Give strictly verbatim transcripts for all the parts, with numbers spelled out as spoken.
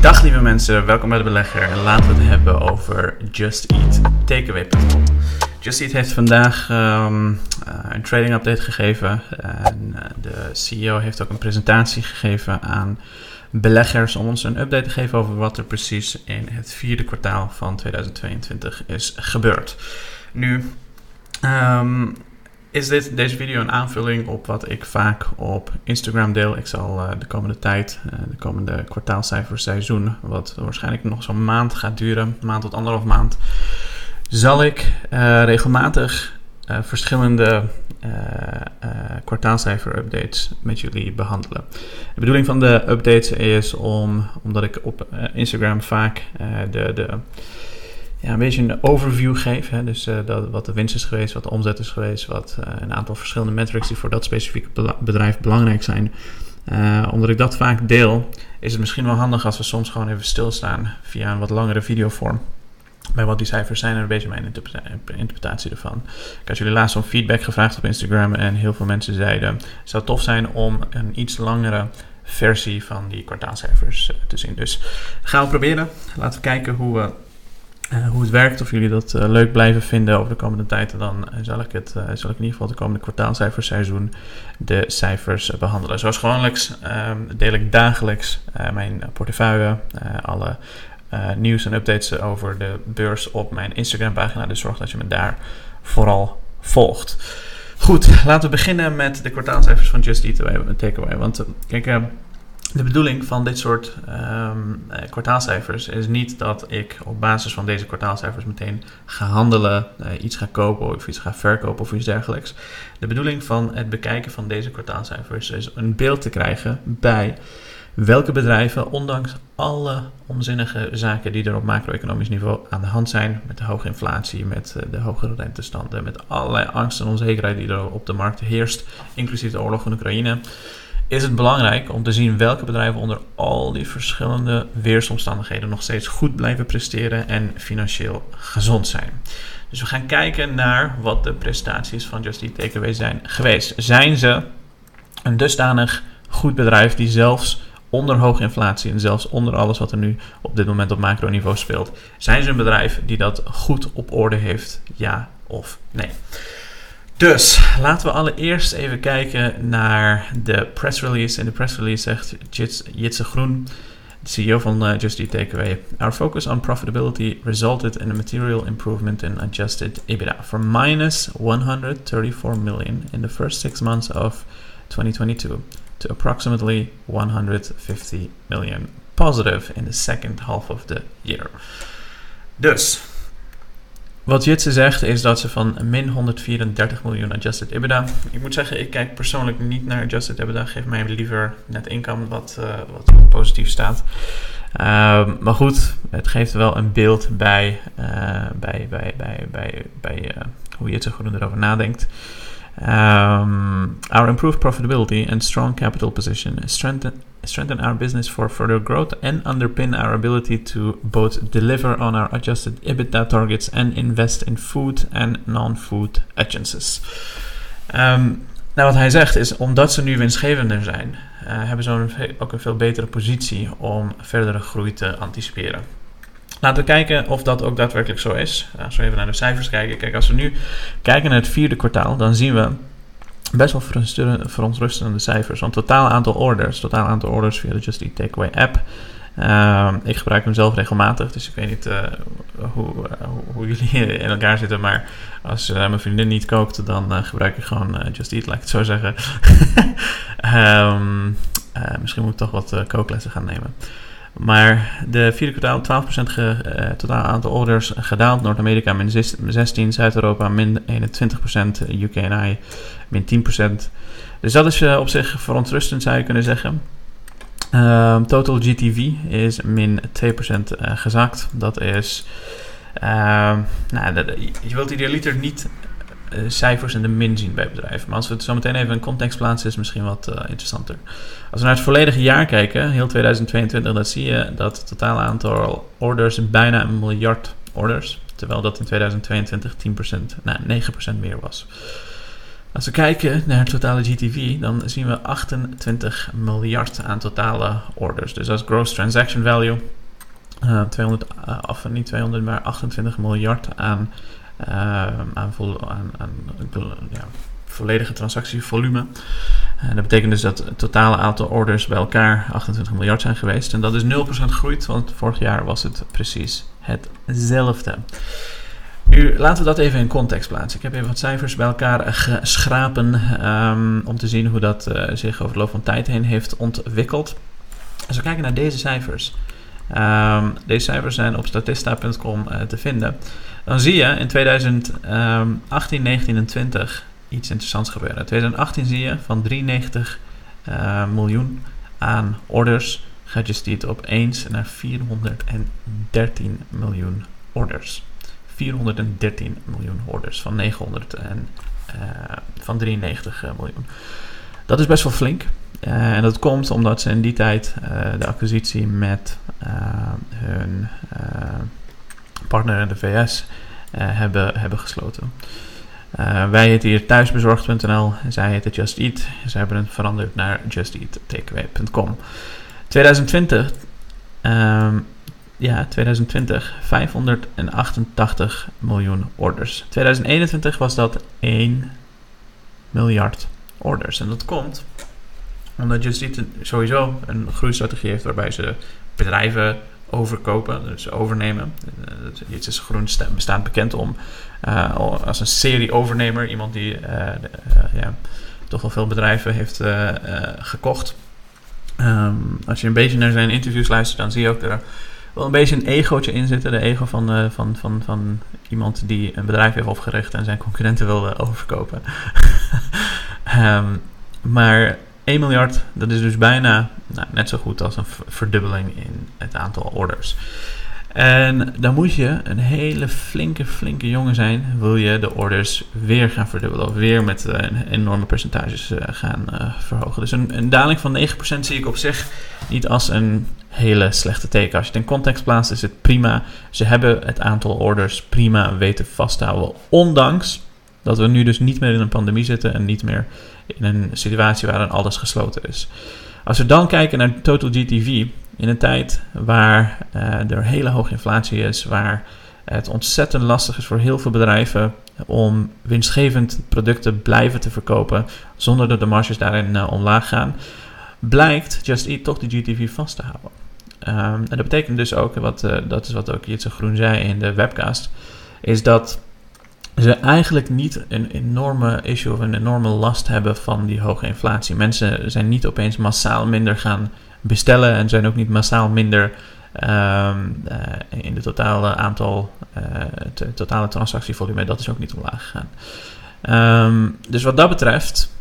Dag lieve mensen, welkom bij de Belegger en laten we het hebben over Just Eat Takeaway punt com. Just Eat heeft vandaag um, uh, een trading update gegeven en uh, de C E O heeft ook een presentatie gegeven aan beleggers om ons een update te geven over wat er precies in het vierde kwartaal van tweeduizend tweeëntwintig is gebeurd. Nu um, is dit, deze video een aanvulling op wat ik vaak op Instagram deel. Ik zal uh, de komende tijd, uh, de komende kwartaalcijferseizoen, wat waarschijnlijk nog zo'n maand gaat duren, een maand tot anderhalf maand, zal ik uh, regelmatig uh, verschillende uh, uh, kwartaalcijfer-updates met jullie behandelen. De bedoeling van de updates is om, omdat ik op uh, Instagram vaak uh, de... de Ja, een beetje een overview geven. Hè? Dus uh, dat, wat de winst is geweest, wat de omzet is geweest, wat uh, een aantal verschillende metrics die voor dat specifieke bela- bedrijf belangrijk zijn. Uh, omdat ik dat vaak deel, is het misschien wel handig als we soms gewoon even stilstaan via een wat langere videovorm. Bij wat die cijfers zijn en een beetje mijn interpreta- interpretatie ervan. Ik had jullie laatst om feedback gevraagd op Instagram en heel veel mensen zeiden: het zou tof zijn om een iets langere versie van die kwartaalcijfers uh, te zien. Dus dat gaan we proberen. Laten we kijken hoe we. Uh, hoe het werkt, of jullie dat uh, leuk blijven vinden over de komende tijd. En dan uh, zal, ik het, uh, zal ik in ieder geval de komende kwartaalcijferseizoen de cijfers uh, behandelen. Zoals gewoonlijk uh, deel ik dagelijks uh, mijn portefeuille, uh, alle uh, nieuws en updates over de beurs op mijn Instagram pagina. Dus zorg dat je me daar vooral volgt. Goed, laten we beginnen met de kwartaalcijfers van Just Eat Takeaway. Want uh, kijk... Uh, De bedoeling van dit soort um, kwartaalcijfers is niet dat ik op basis van deze kwartaalcijfers meteen ga handelen, uh, iets ga kopen of iets ga verkopen of iets dergelijks. De bedoeling van het bekijken van deze kwartaalcijfers is een beeld te krijgen bij welke bedrijven, ondanks alle onzinnige zaken die er op macro-economisch niveau aan de hand zijn, met de hoge inflatie, met de hogere rentestanden, met allerlei angst en onzekerheid die er op de markt heerst, inclusief de oorlog in Oekraïne, is het belangrijk om te zien welke bedrijven onder al die verschillende weersomstandigheden nog steeds goed blijven presteren en financieel gezond zijn. Dus we gaan kijken naar wat de prestaties van Just Eat Takeaway zijn geweest. Zijn ze een dusdanig goed bedrijf die zelfs onder hoge inflatie en zelfs onder alles wat er nu op dit moment op macroniveau speelt, zijn ze een bedrijf die dat goed op orde heeft, ja of nee? Dus laten we allereerst even kijken naar de press release. In de press release zegt Jits, Jitse Groen, de C E O van uh, Just Eat Takeaway: Our focus on profitability resulted in a material improvement in adjusted EBITDA from minus one hundred thirty-four million in the first six months of twenty twenty-two to approximately one hundred fifty million positive in the second half of the year. Dus wat Jitse zegt is dat ze van min honderdvierendertig miljoen adjusted EBITDA. Ik moet zeggen, ik kijk persoonlijk niet naar adjusted EBITDA. Geef mij liever net income wat, uh, wat positief staat. Uh, maar goed, het geeft wel een beeld bij, uh, bij, bij, bij, bij, bij uh, hoe Jitse Groen erover nadenkt. Um, our improved profitability and strong capital position strengthen, strengthen our business for further growth and underpin our ability to both deliver on our adjusted EBITDA targets and invest in food and non-food agencies. Um, nou, wat hij zegt is, omdat ze nu winstgevender zijn, uh, hebben ze een, ook een veel betere positie om verdere groei te anticiperen. Laten we kijken of dat ook daadwerkelijk zo is. Als we even naar de cijfers kijken. Kijk, als we nu kijken naar het vierde kwartaal, dan zien we best wel verontrustende cijfers. Want totaal aantal orders, totaal aantal orders via de Just Eat Takeaway app. Uh, ik gebruik hem zelf regelmatig, dus ik weet niet uh, hoe, uh, hoe jullie in elkaar zitten. Maar als uh, mijn vriendin niet kookt, dan uh, gebruik ik gewoon uh, Just Eat, laat ik het zo zeggen. um, uh, misschien moet ik toch wat uh, kooklessen gaan nemen. Maar de vierde kwartaal twaalf procent ge, uh, totaal aantal orders gedaald. Noord-Amerika min zestien, Zuid-Europa min eenentwintig procent, U K en I min tien procent. Dus dat is uh, op zich verontrustend, zou je kunnen zeggen. Uh, total G T V is min twee procent uh, gezakt. Dat is... Uh, nou, dat, je wilt idealiter niet uh, cijfers in de min zien bij bedrijven. Maar als we het zo meteen even in context plaatsen, is het misschien wat uh, interessanter. Als we naar het volledige jaar kijken, heel tweeduizend tweeëntwintig, dan zie je dat het totale aantal orders bijna een miljard orders. Terwijl dat in tweeduizend tweeëntwintig tien procent, nou negen procent meer was. Als we kijken naar totale G T V, dan zien we achtentwintig miljard aan totale orders. Dus dat is gross transaction value. Uh, tweehonderd, uh, of niet tweehonderd, maar achtentwintig miljard aan, uh, aan, vol, aan, aan ja, volledige transactievolume. Uh, dat betekent dus dat het totale aantal orders bij elkaar achtentwintig miljard zijn geweest. En dat is nul procent gegroeid, want vorig jaar was het precies hetzelfde. Nu, laten we dat even in context plaatsen. Ik heb even wat cijfers bij elkaar geschrapen um, om te zien hoe dat uh, zich over de loop van tijd heen heeft ontwikkeld. Als we kijken naar deze cijfers. Um, deze cijfers zijn op statista punt com uh, te vinden. Dan zie je in twintig achttien, negentien en twintig iets interessants gebeuren. In twintig achttien zie je van drieënnegentig uh, miljoen aan orders gaat je stiet opeens naar vierhonderddertien miljoen orders. vierhonderddertien miljoen orders van negenhonderd en uh, van drieënnegentig miljoen. Dat is best wel flink. Uh, en dat komt omdat ze in die tijd uh, de acquisitie met uh, hun uh, partner in de V S uh, hebben, hebben gesloten. Uh, wij heten hier thuisbezorgd punt n l en zij heten Just Eat. Ze hebben het veranderd naar just eat takeaway punt com. twintig twintig, um, ja, twintig twintig vijfhonderdachtentachtig miljoen orders. twintig eenentwintig was dat één miljard orders. En dat komt omdat Just Eat sowieso een groeistrategie heeft waarbij ze bedrijven overkopen, dus overnemen. Iets is Groen bestaat bekend om uh, als een serie overnemer, iemand die uh, de, uh, ja, toch wel veel bedrijven heeft uh, uh, gekocht. Um, als je een beetje naar zijn interviews luistert, dan zie je ook er wel een beetje een egootje in zitten. De ego van, uh, van, van, van iemand die een bedrijf heeft opgericht en zijn concurrenten wil uh, overkopen. um, maar één miljard, dat is dus bijna nou, net zo goed als een verdubbeling in het aantal orders. En dan moet je een hele flinke, flinke jongen zijn, wil je de orders weer gaan verdubbelen of weer met uh, enorme percentages uh, gaan uh, verhogen. Dus een, een daling van negen procent zie ik op zich niet als een hele slechte teken. Als je het in context plaatst, is het prima. Ze hebben het aantal orders prima weten vast te houden, ondanks dat we nu dus niet meer in een pandemie zitten en niet meer in een situatie waarin alles gesloten is. Als we dan kijken naar total G T V, in een tijd waar uh, er hele hoge inflatie is, waar het ontzettend lastig is voor heel veel bedrijven om winstgevend producten blijven te verkopen zonder dat de marges daarin uh, omlaag gaan, blijkt Just Eat toch de G T V vast te houden. Um, en dat betekent dus ook, wat, uh, dat is wat ook Jitse Groen zei in de webcast, is dat ze eigenlijk niet een enorme issue of een enorme last hebben van die hoge inflatie. Mensen zijn niet opeens massaal minder gaan bestellen en zijn ook niet massaal minder um, uh, in het totale aantal, uh, het totale transactievolume. Dat is ook niet omlaag gegaan. Um, dus wat dat betreft,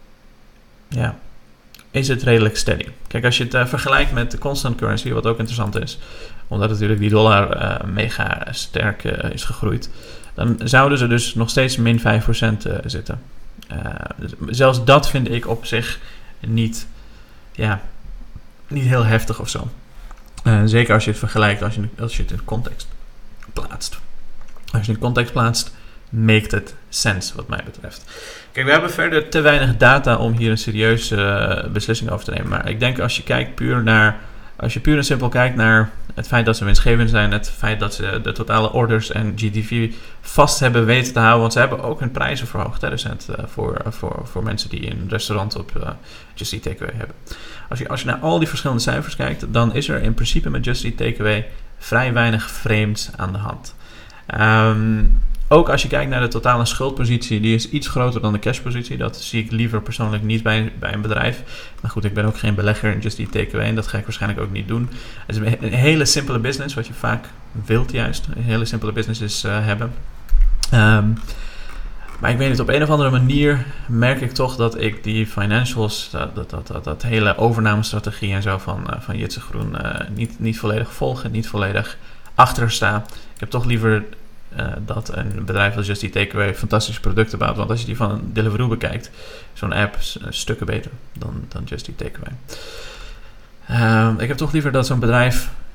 ja, is het redelijk steady. Kijk, als je het uh, vergelijkt met de constant currency, wat ook interessant is, omdat natuurlijk die dollar uh, mega sterk uh, is gegroeid, dan zouden ze dus nog steeds min vijf procent uh, zitten. Uh, dus zelfs dat vind ik op zich niet, ja, niet heel heftig of zo. Uh, zeker als je het vergelijkt, als je, als je het in context plaatst. Als je het in context plaatst, maakt het sense wat mij betreft. Kijk, we hebben verder te weinig data om hier een serieuze uh, beslissing over te nemen. Maar ik denk als je kijkt puur naar, als je puur en simpel kijkt naar het feit dat ze winstgevend zijn, het feit dat ze de totale orders en G D V vast hebben weten te houden, want ze hebben ook hun prijzen verhoogd hè, recent uh, voor, uh, voor, voor mensen die een restaurant op uh, Just Eat Takeaway hebben. Als je, als je naar al die verschillende cijfers kijkt, dan is er in principe met Just Eat Takeaway vrij weinig vreemds aan de hand. Um, Ook als je kijkt naar de totale schuldpositie, die is iets groter dan de cashpositie. Dat zie ik liever persoonlijk niet bij, bij een bedrijf. Maar goed, ik ben ook geen belegger in Just Eat Takeaway en dat ga ik waarschijnlijk ook niet doen. Het is een hele simpele business, wat je vaak wilt juist. Een hele simpele business is uh, hebben. Um, maar ik weet niet, op een of andere manier merk ik toch dat ik die financials, dat, dat, dat, dat, dat hele overnamestrategie en zo van, uh, van Jitse Groen uh, niet, niet volledig volg en niet volledig achter sta. Ik heb toch liever Uh, dat een bedrijf als Just Eat Takeaway fantastische producten bouwt. Want als je die van Deliveroo bekijkt, zo'n app is uh, stukken beter dan, dan Just Eat Takeaway. Uh, ik heb toch liever dat zo'n bedrijf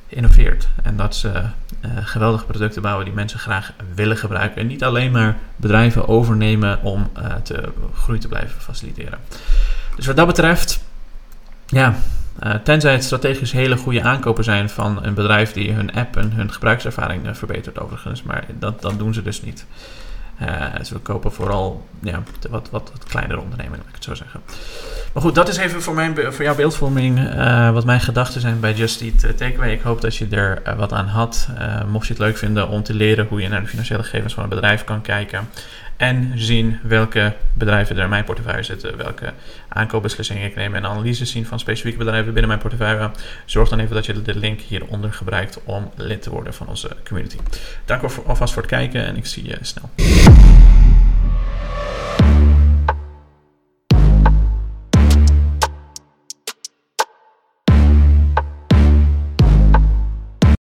innoveert. En dat ze uh, geweldige producten bouwen die mensen graag willen gebruiken. En niet alleen maar bedrijven overnemen om uh, te groei te blijven faciliteren. Dus wat dat betreft, ja, uh, tenzij het strategisch hele goede aankopen zijn van een bedrijf die hun app en hun gebruikservaring uh, verbetert overigens. Maar dat, dat doen ze dus niet. Uh, dus we kopen vooral ja, wat, wat, wat kleinere ondernemingen, laat ik het zo zeggen. Maar goed, dat is even voor, mijn, voor jouw beeldvorming uh, wat mijn gedachten zijn bij Just Eat uh, Takeaway. Ik hoop dat je er uh, wat aan had. Uh, mocht je het leuk vinden om te leren hoe je naar de financiële gegevens van een bedrijf kan kijken. En zien welke bedrijven er in mijn portefeuille zitten. Welke aankoopbeslissingen ik neem. En analyses zien van specifieke bedrijven binnen mijn portefeuille. Zorg dan even dat je de link hieronder gebruikt om lid te worden van onze community. Dank alvast voor het kijken en ik zie je snel.